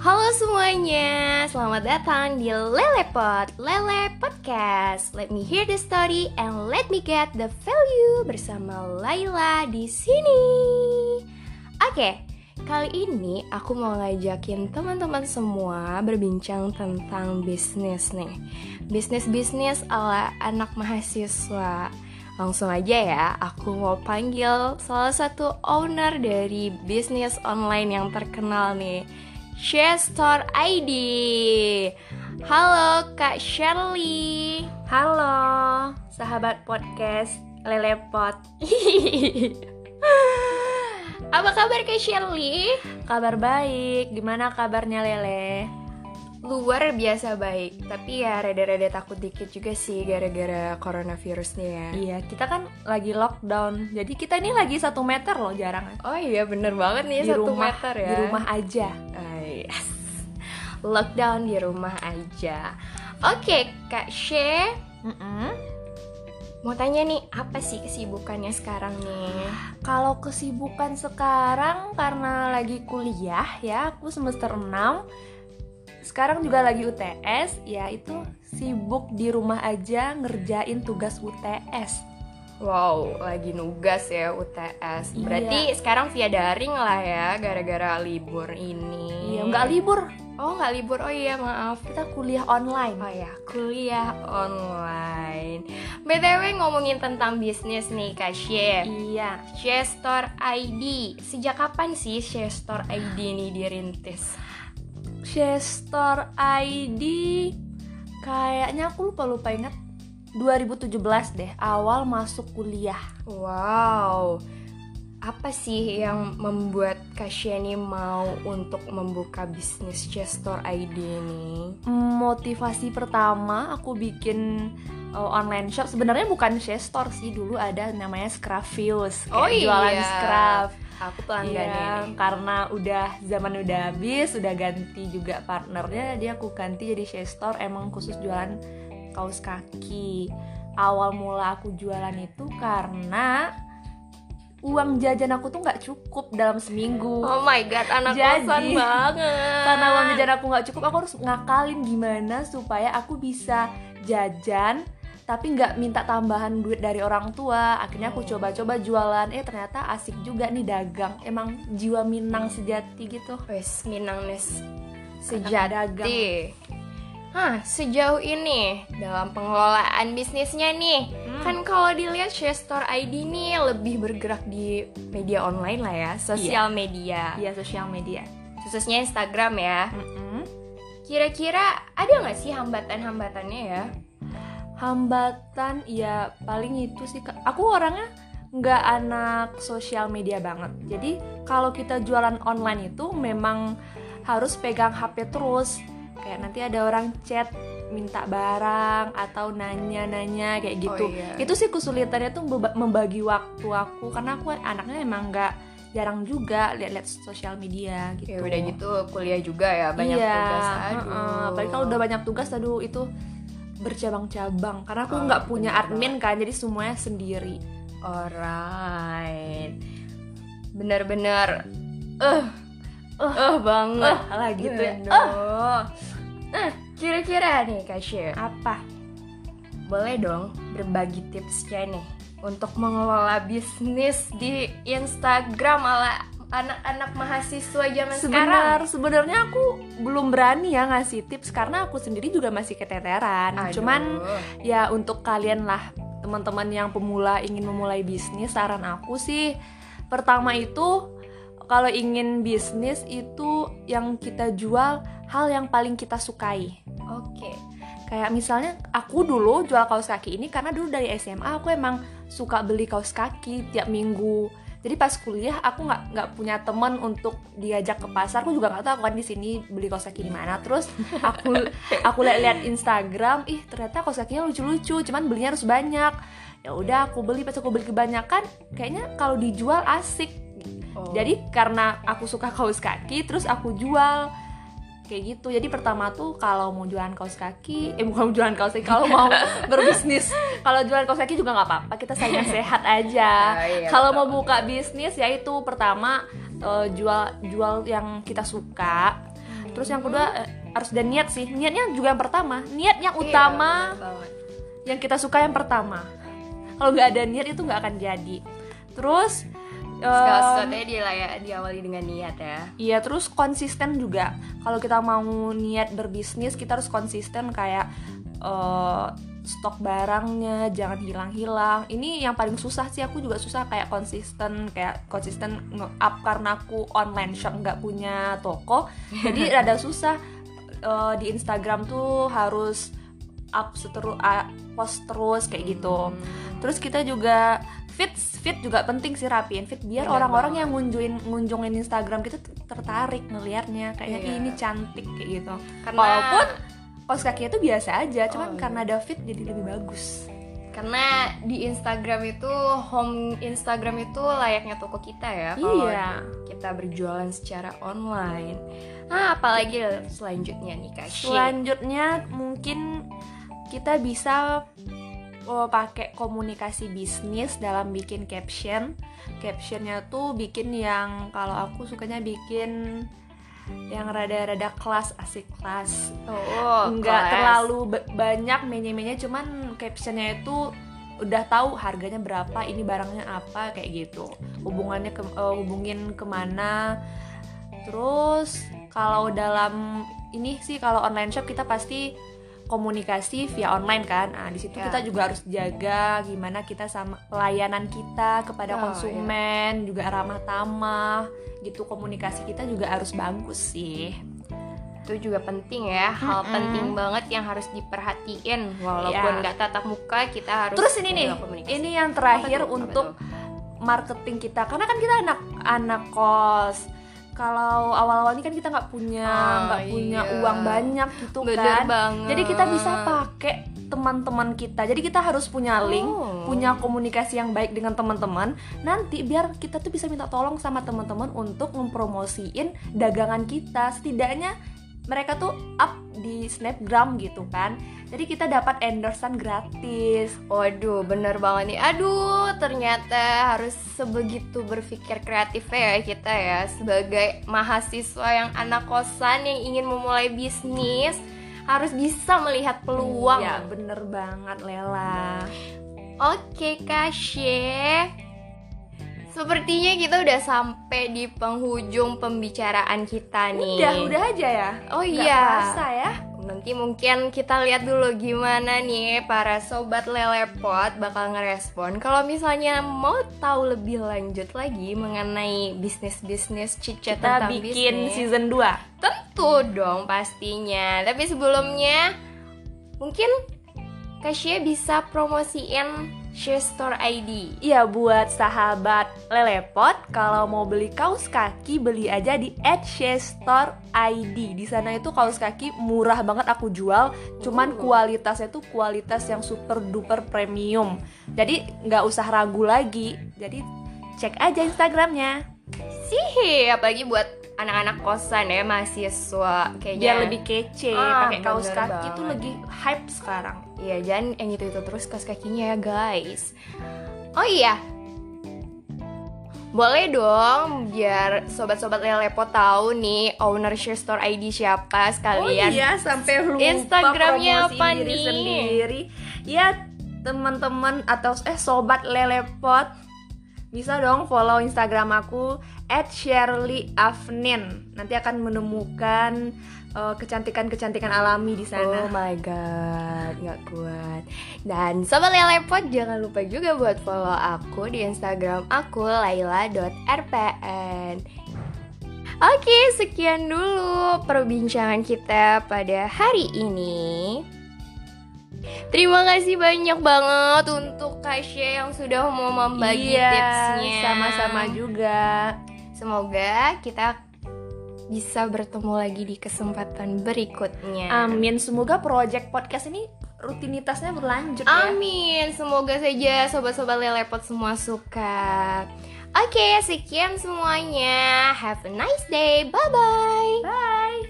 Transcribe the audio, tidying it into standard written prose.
Halo semuanya, selamat datang di Lele Podcast. Let me hear the story and let me get the value bersama Laila di sini. Oke, kali ini aku mau ngajakin teman-teman semua berbincang tentang bisnis nih. Bisnis ala anak mahasiswa. Langsung aja ya, aku mau panggil salah satu owner dari bisnis online yang terkenal nih, Shestore ID. Halo Kak Shirley. Halo, sahabat podcast Lelepot. Apa kabar Kak Shirley? Kabar baik, gimana kabarnya Lele? Luar biasa baik, tapi ya rada-rada takut dikit juga sih gara-gara coronavirusnya ya. Iya, kita kan lagi lockdown, jadi kita ini lagi 1 meter loh, jarang. Oh iya bener banget nih, di 1 rumah, meter ya. Di rumah aja. Yes. Lockdown di rumah aja. Oke Kak She, mau tanya nih, apa sih kesibukannya sekarang nih? Kalau kesibukan sekarang karena lagi kuliah ya, aku semester 6. Sekarang juga lagi UTS, ya itu sibuk di rumah aja ngerjain tugas UTS. Wow, lagi nugas ya UTS. Berarti sekarang via daring lah ya, gara-gara libur ini. Iya, nggak libur. Oh, nggak libur. Oh iya, maaf. Kita kuliah online. Oh ya, kuliah online. BTW ngomongin tentang bisnis nih Kak Chef. Iya. Shestore ID. Sejak kapan sih Shestore ID ini dirintis? Shestore ID kayaknya aku lupa ingat 2017 deh, awal masuk kuliah. Wow, apa sih yang membuat Kak Sheni mau untuk membuka bisnis Shestore ID ini? Motivasi pertama aku bikin online shop, sebenarnya bukan Shestore sih, dulu ada namanya Scraffius, jualan scrap. Aku pelanggannya nih. Karena zaman udah habis, udah ganti juga partnernya, jadi aku ganti jadi Shestore, emang khusus jualan kaos kaki. Awal mula aku jualan itu karena uang jajan aku tuh nggak cukup dalam seminggu. Oh my god, anak kosan banget. Karena uang jajan aku nggak cukup, aku harus ngakalin gimana supaya aku bisa jajan tapi nggak minta tambahan duit dari orang tua. Akhirnya aku coba-coba jualan, ternyata asik juga nih dagang. Emang jiwa Minang sejati gitu. Wes, Minangnes sejati. Sejauh ini dalam pengelolaan bisnisnya nih, kan kalau dilihat Shestore ID nih lebih bergerak di media online lah ya, sosial media. Iya, sosial media. Khususnya Instagram ya. Kira-kira ada nggak sih hambatan-hambatannya ya? Hambatan ya paling itu sih, aku orangnya nggak anak sosial media banget. Jadi kalau kita jualan online itu memang harus pegang HP terus. Kayak nanti ada orang chat minta barang atau nanya-nanya kayak gitu. Itu sih kesulitannya tuh membagi waktu aku, karena aku anaknya emang nggak jarang juga lihat-lihat sosial media gitu. Ya udah gitu kuliah juga ya, banyak tugas. Apalagi kalau udah banyak tugas, itu bercabang-cabang, karena aku nggak punya admin kan, jadi semuanya sendiri. Alright, bener-bener banget lah gitu ya. Kira-kira nih Kak Shir, Apa? boleh dong berbagi tipsnya nih untuk mengelola bisnis di Instagram ala anak-anak mahasiswa zaman sekarang? Sebenarnya aku belum berani ya ngasih tips, karena aku sendiri juga masih keteteran. Cuman ya untuk kalian lah, teman-teman yang pemula ingin memulai bisnis, saran aku sih pertama itu, kalau ingin bisnis itu yang kita jual hal yang paling kita sukai. Oke. Kayak misalnya aku dulu jual kaos kaki ini karena dulu dari SMA aku emang suka beli kaos kaki tiap minggu. Jadi pas kuliah aku nggak punya teman untuk diajak ke pasar, aku juga nggak tahu kan di sini beli kaos kaki di mana. Terus aku lihat Instagram, ternyata kaos kakinya lucu-lucu, cuman belinya harus banyak. Ya udah aku beli, pas aku beli kebanyakan, kayaknya kalau dijual asik. Jadi karena aku suka kaos kaki, terus aku jual kayak gitu. Jadi pertama tuh kalau mau jualan kaos kaki, bukan jualan kaos kaki, kalau mau berbisnis, kalau jualan kaos kaki juga nggak apa-apa, kita saling sehat aja. Kalau mau buka bisnis ya itu pertama jual yang kita suka. Terus yang kedua harus ada niat sih. Niatnya juga yang pertama. Niat yang utama, bener banget. yang kita suka yang pertama. Kalau nggak ada niat itu nggak akan jadi. Terus Segala sesuatunya diawali dengan niat ya. iya, terus konsisten juga. Kalau kita mau niat berbisnis, kita harus konsisten kayak stok barangnya jangan hilang-hilang. Ini yang paling susah sih, aku juga susah kayak konsisten nge-up karena aku online shop, nggak punya toko. Jadi rada susah di Instagram tuh harus post terus kayak gitu. Terus kita juga fit juga penting sih, rapiin fit biar Bener orang-orang banget. yang ngunjungin Instagram kita tuh tertarik ngelihatnya kayak Iya. ini cantik kayak gitu. Karena Walaupun kaos kakinya tuh biasa aja, cuman iya. karena ada fit jadi lebih bagus. Karena di Instagram itu, home Instagram itu layaknya toko kita ya. Kalau Iya. kita berjualan secara online. Apalagi selanjutnya nih Kak Shi? Selanjutnya mungkin kita bisa pakai komunikasi bisnis dalam bikin caption. Captionnya tuh bikin yang, kalau aku sukanya bikin yang rada-rada kelas, asik kelas. Nggak kelas. terlalu banyak menye-menye, cuman captionnya itu udah tahu harganya berapa, ini barangnya apa, kayak gitu. Hubungannya hubungin kemana. Terus kalau dalam ini sih, kalau online shop kita pasti komunikasi via online kan. Nah, di situ Ya. kita juga harus jaga gimana kita sama pelayanan kita kepada konsumen, juga ramah tamah gitu. Komunikasi kita juga harus bagus sih. Itu juga penting ya, hal penting banget yang harus diperhatiin. Walaupun Iya. nggak tatap muka, kita harus Terus ini nih, jaga komunikasi. ini yang terakhir Apa tuh? untuk marketing kita, karena kan kita anak kos. Kalau awal-awal ini kan kita nggak punya iya. uang banyak gitu Bener kan. banget. Jadi kita bisa pakai teman-teman kita. Jadi kita harus punya link, punya komunikasi yang baik dengan teman-teman. Nanti biar kita tuh bisa minta tolong sama teman-teman untuk mempromosiin dagangan kita. Setidaknya mereka tuh up di Snapgram gitu kan. Jadi kita dapat endorsean gratis. Waduh, bener banget nih. Aduh, ternyata harus sebegitu berpikir kreatifnya ya kita ya, sebagai mahasiswa yang anak kosan yang ingin memulai bisnis, harus bisa melihat peluang. Ya bener banget Lela. Oke Kak She, sepertinya kita udah sampai di penghujung pembicaraan kita nih. Udah aja ya. Oh Nggak iya. kerasa ya. Nanti mungkin kita lihat dulu gimana nih para sobat Lelepot bakal ngerespon kalau misalnya mau tahu lebih lanjut lagi mengenai bisnis-bisnis cica Kita tentang bikin bisnis. season 2. Tentu dong pastinya. Tapi sebelumnya mungkin Kasya bisa promosiin Share Store ID. Iya, buat sahabat Lelepot, kalau mau beli kaos kaki beli aja di @shestore.id. Di sana itu kaos kaki murah banget aku jual, cuman kualitasnya tuh kualitas yang super duper premium. Jadi nggak usah ragu lagi. Jadi cek aja Instagramnya Sih, apalagi buat anak-anak kosan ya, mahasiswa kayaknya. biar lebih kece. Pakai kaos bener kaki tuh banget. lagi hype sekarang. Iya, jangan yang itu terus kaos kakinya ya guys. Oh iya, boleh dong biar sobat-sobat Lelepot tahu nih owner Share Store ID siapa sekalian. sampai lupa Instagramnya promosiin apa diri nih? sendiri. Ya, teman-teman atau sobat Lelepot, bisa dong follow Instagram aku @shirleyafnin. Nanti akan menemukan kecantikan-kecantikan alami di Oh sana. my god, gak kuat. Dan sobat Lelepot jangan lupa juga buat follow aku di Instagram aku laila.rpn. Oke, sekian dulu perbincangan kita pada hari ini. Terima kasih banyak banget untuk Kasya yang sudah mau membagi tipsnya. Sama-sama juga. Semoga kita bisa bertemu lagi di kesempatan berikutnya. Amin. Semoga project podcast ini rutinitasnya berlanjut ya. Amin. Semoga saja sobat-sobat Lelepot semua suka. Oke, sekian semuanya. Have a nice day. Bye-bye. Bye.